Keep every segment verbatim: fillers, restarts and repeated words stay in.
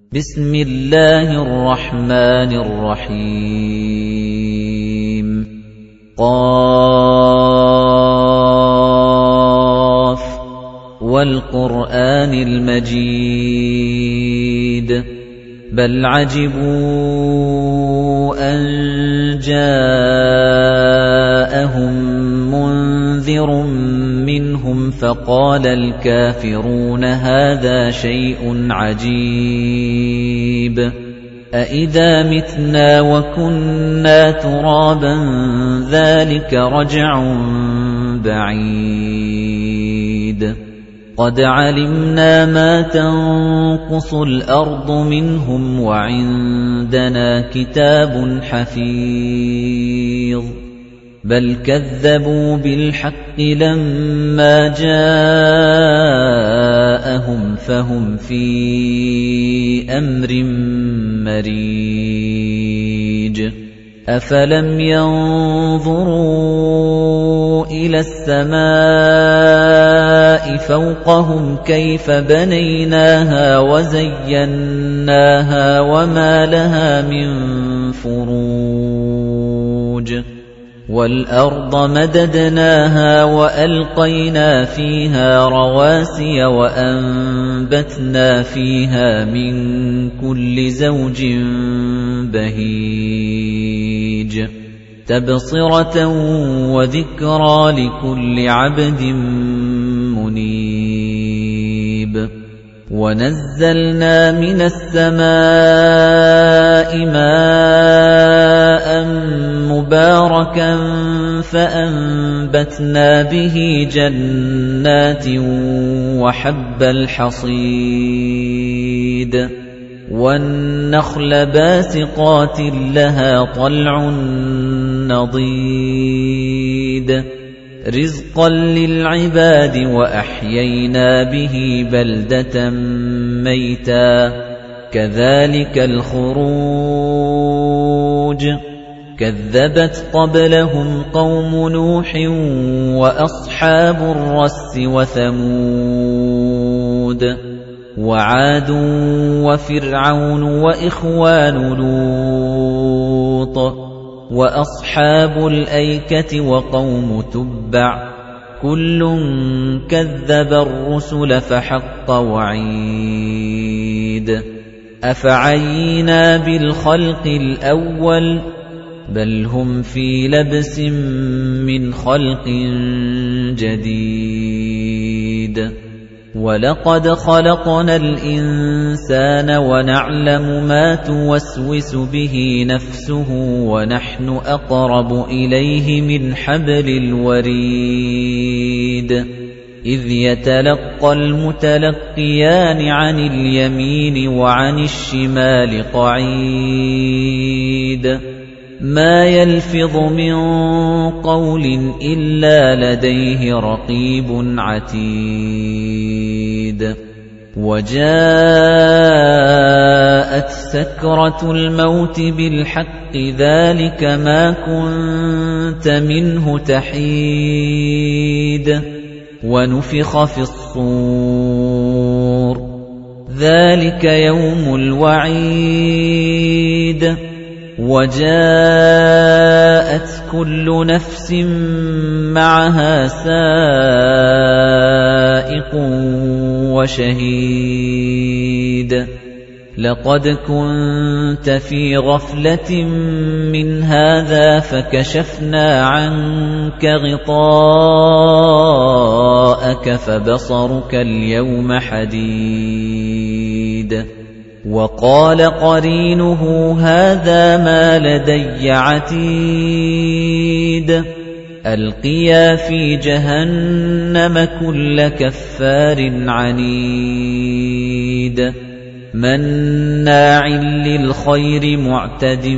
بسم الله الرحمن الرحيم قاف والقرآن المجيد بل عجبوا أن جاءهم منذر منهم فقال الكافرون هذا شيء عجيب أإذا متنا وكنا ترابا ذلك رجع بعيد قد علمنا ما تنقص الأرض منهم وعندنا كتاب حفيظ بل كذبوا بالحق لما جاءهم فهم في أمر مريج أفلم ينظروا إلى السماء فوقهم كيف بنيناها وزيناها وما لها من فروج وَالْأَرْضَ مَدَدْنَاهَا وَأَلْقَيْنَا فِيهَا رَوَاسِيَ وَأَنبَتْنَا فِيهَا مِن كُلِّ زَوْجٍ بَهِيجٍ تَبْصِرَةً وَذِكْرَى لِكُلِّ عَبْدٍ مُنِيبٍ وَنَزَّلْنَا مِنَ السَّمَاءِ مَاءً مُبَارَكًا فَأَنبَتْنَا بِهِ جَنَّاتٍ وَحَبَّ الْحَصِيدِ وَالنَّخْلَ بَاسِقَاتٍ لَهَا طَلْعٌ نَضِيدٌ رِزْقًا لِلْعِبَادِ وَأَحْيَيْنَا بِهِ بَلْدَةً مَيْتًا كَذَلِكَ الْخُرُوجُ كَذَّبَتْ قَبْلَهُمْ قَوْمُ نُوحٍ وَأَصْحَابُ الرَّسِّ وَثَمُودُ وَعَادٌ وَفِرْعَوْنُ وَإِخْوَانُ لُوطٍ وَأَصْحَابُ الْأَيْكَةِ وَقَوْمُ تُبَّعٍ كُلٌّ كَذَّبَ الرُّسُلَ فَحَقَّ وَعِيدِ أَفَعَيِينَا بِالْخَلْقِ الْأَوَّلِ بَلْ هُمْ فِي لَبْسٍ مِّنْ خَلْقٍ جَدِيدٍ وَلَقَدْ خَلَقْنَا الْإِنسَانَ وَنَعْلَمُ مَا تُوَسْوِسُ بِهِ نَفْسُهُ وَنَحْنُ أَقْرَبُ إِلَيْهِ مِنْ حَبْلِ الْوَرِيدِ إِذْ يَتَلَقَّى الْمُتَلَقِّيَانِ عَنِ الْيَمِينِ وَعَنِ الشِّمَالِ قَعِيدٌ مَا يَلْفِظُ مِن قَوْلٍ إِلَّا لَدَيْهِ رَقِيبٌ عَتِيدٌ وَجَاءَتْ سَكْرَةُ الْمَوْتِ بِالْحَقِّ ذَلِكَ مَا كُنتَ مِنْهُ تَحِيدُ وَنُفِخَ فِي الصُّورِ ذَلِكَ يَوْمُ الْوَعِيدِ وَجَاءَتْ كُلُّ نَفْسٍ مَعَهَا سَائِقٌ وَشَهِيدٌ لَقَدْ كُنتَ فِي غَفْلَةٍ مِّنْ هَذَا فَكَشَفْنَا عَنكَ غِطَاءَكَ فَبَصَرُكَ الْيَوْمَ حَدِيدٌ وَقَالَ قَرِينُهُ هَذَا مَا لَدَيَّ عَتِيدٌ أَلْقِيَا فِي جَهَنَّمَ كُلَّ كَفَّارٍ عَنِيدٍ مَّنَّاعٍ لِّلْخَيْرِ مُعْتَدٍ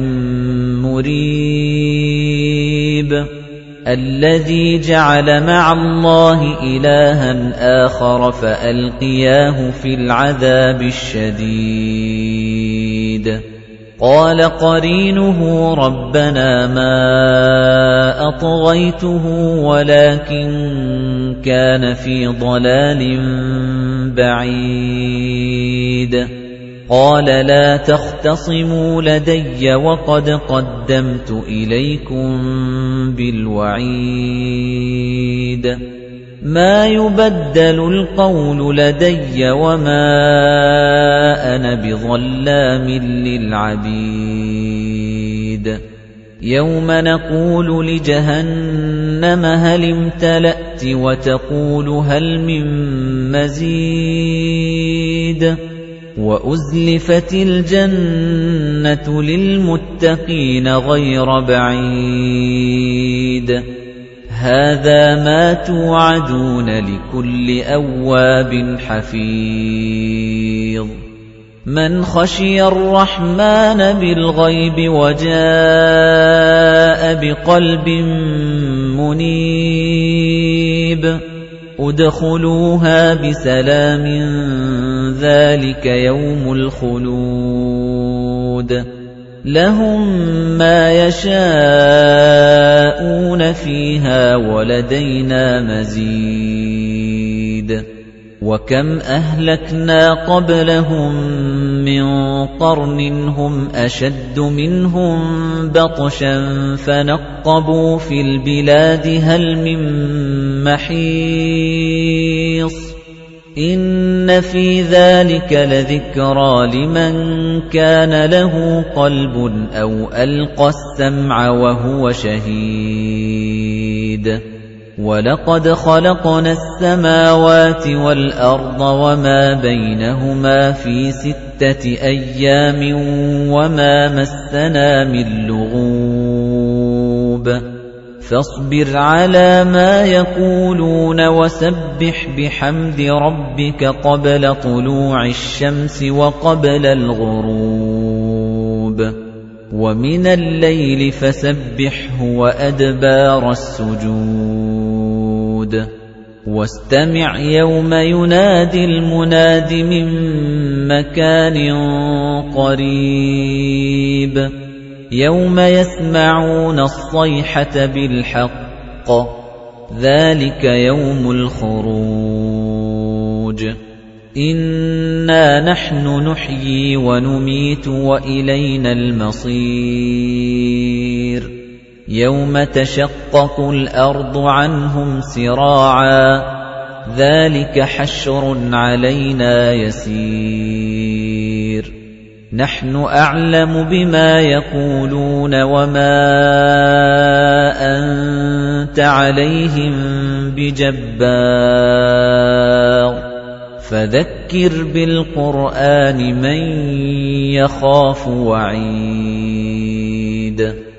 مُّرِيبٍ الَّذِي جَعَلَ مَعَ اللَّهِ إِلَٰهًا آخَرَ فَأَلْقِيَاهُ فِي الْعَذَابِ الشَّدِيدِ قَالَ قَرِينُهُ رَبَّنَا مَا أَطْغَيْتُهُ وَلَكِن كَانَ فِي ضَلَالٍ بَعِيدٍ قَالَ لَا تَخْتَصِمُوا لَدَيَّ وَقَدْ قَدَّمْتُ إِلَيْكُمْ بِالْوَعِيدِ مَا يُبَدَّلُ الْقَوْلُ لَدَيَّ وَمَا أَنَا بِظَلَّامٍ لِّلْعَبِيدِ يَوْمَ نَقُولُ لِجَهَنَّمَ هَلِ امْتَلَأْتِ وَتَقُولُ هَلْ مِن مَّزِيدٍ وَأُزْلِفَتِ الْجَنَّةُ لِلْمُتَّقِينَ غَيْرَ بَعِيدٍ هَذَا مَا تُوعَدُونَ لِكُلِّ أَوَّابٍ حَفِيظٍ مَنْ خَشِيَ الرَّحْمَنَ بِالْغَيْبِ وَجَاءَ بِقَلْبٍ مُنِيبٍ ادْخُلُوهَا بِسَلَامٍ ذَلِكَ يَوْمُ الْخُلُودِ لَهُم مَّا يَشَاءُونَ فِيهَا وَلَدَيْنَا مَزِيدٌ وَكَمْ أَهْلَكْنَا قَبْلَهُم مِّن قَرْنٍ هُمْ أَشَدُّ مِنْهُم بَطْشًا فَنَقَّبُوا فِي الْبِلَادِ هَلْ مِن مَّحِيصٍ إِنَّ فِي ذَلِكَ لَذِكْرَىٰ لِمَن كَانَ لَهُ قَلْبٌ أَوْ أَلْقَى السَّمْعَ وَهُوَ شَهِيدٌ وَلَقَدْ خَلَقْنَا السَّمَاوَاتِ وَالْأَرْضَ وَمَا بَيْنَهُمَا فِي سِتَّةِ أَيَّامٍ وَمَا مَسَّنَا مِن لُّغُوبٍ فاصبر على ما يقولون وسبح بحمد ربك قبل طلوع الشمس وقبل الغروب ومن الليل فسبحه وأدبار السجود واستمع يوم ينادي المناد من مكان قريب يوم يسمعون الصيحة بالحق ذلك يوم الخروج إنا نحن نحيي ونميت وإلينا المصير يوم تشقق الأرض عنهم سراعا ذلك حشر علينا يسير نحن أعلم بما يقولون وما أنت عليهم بجبار فذكر بالقرآن من يخاف وعيد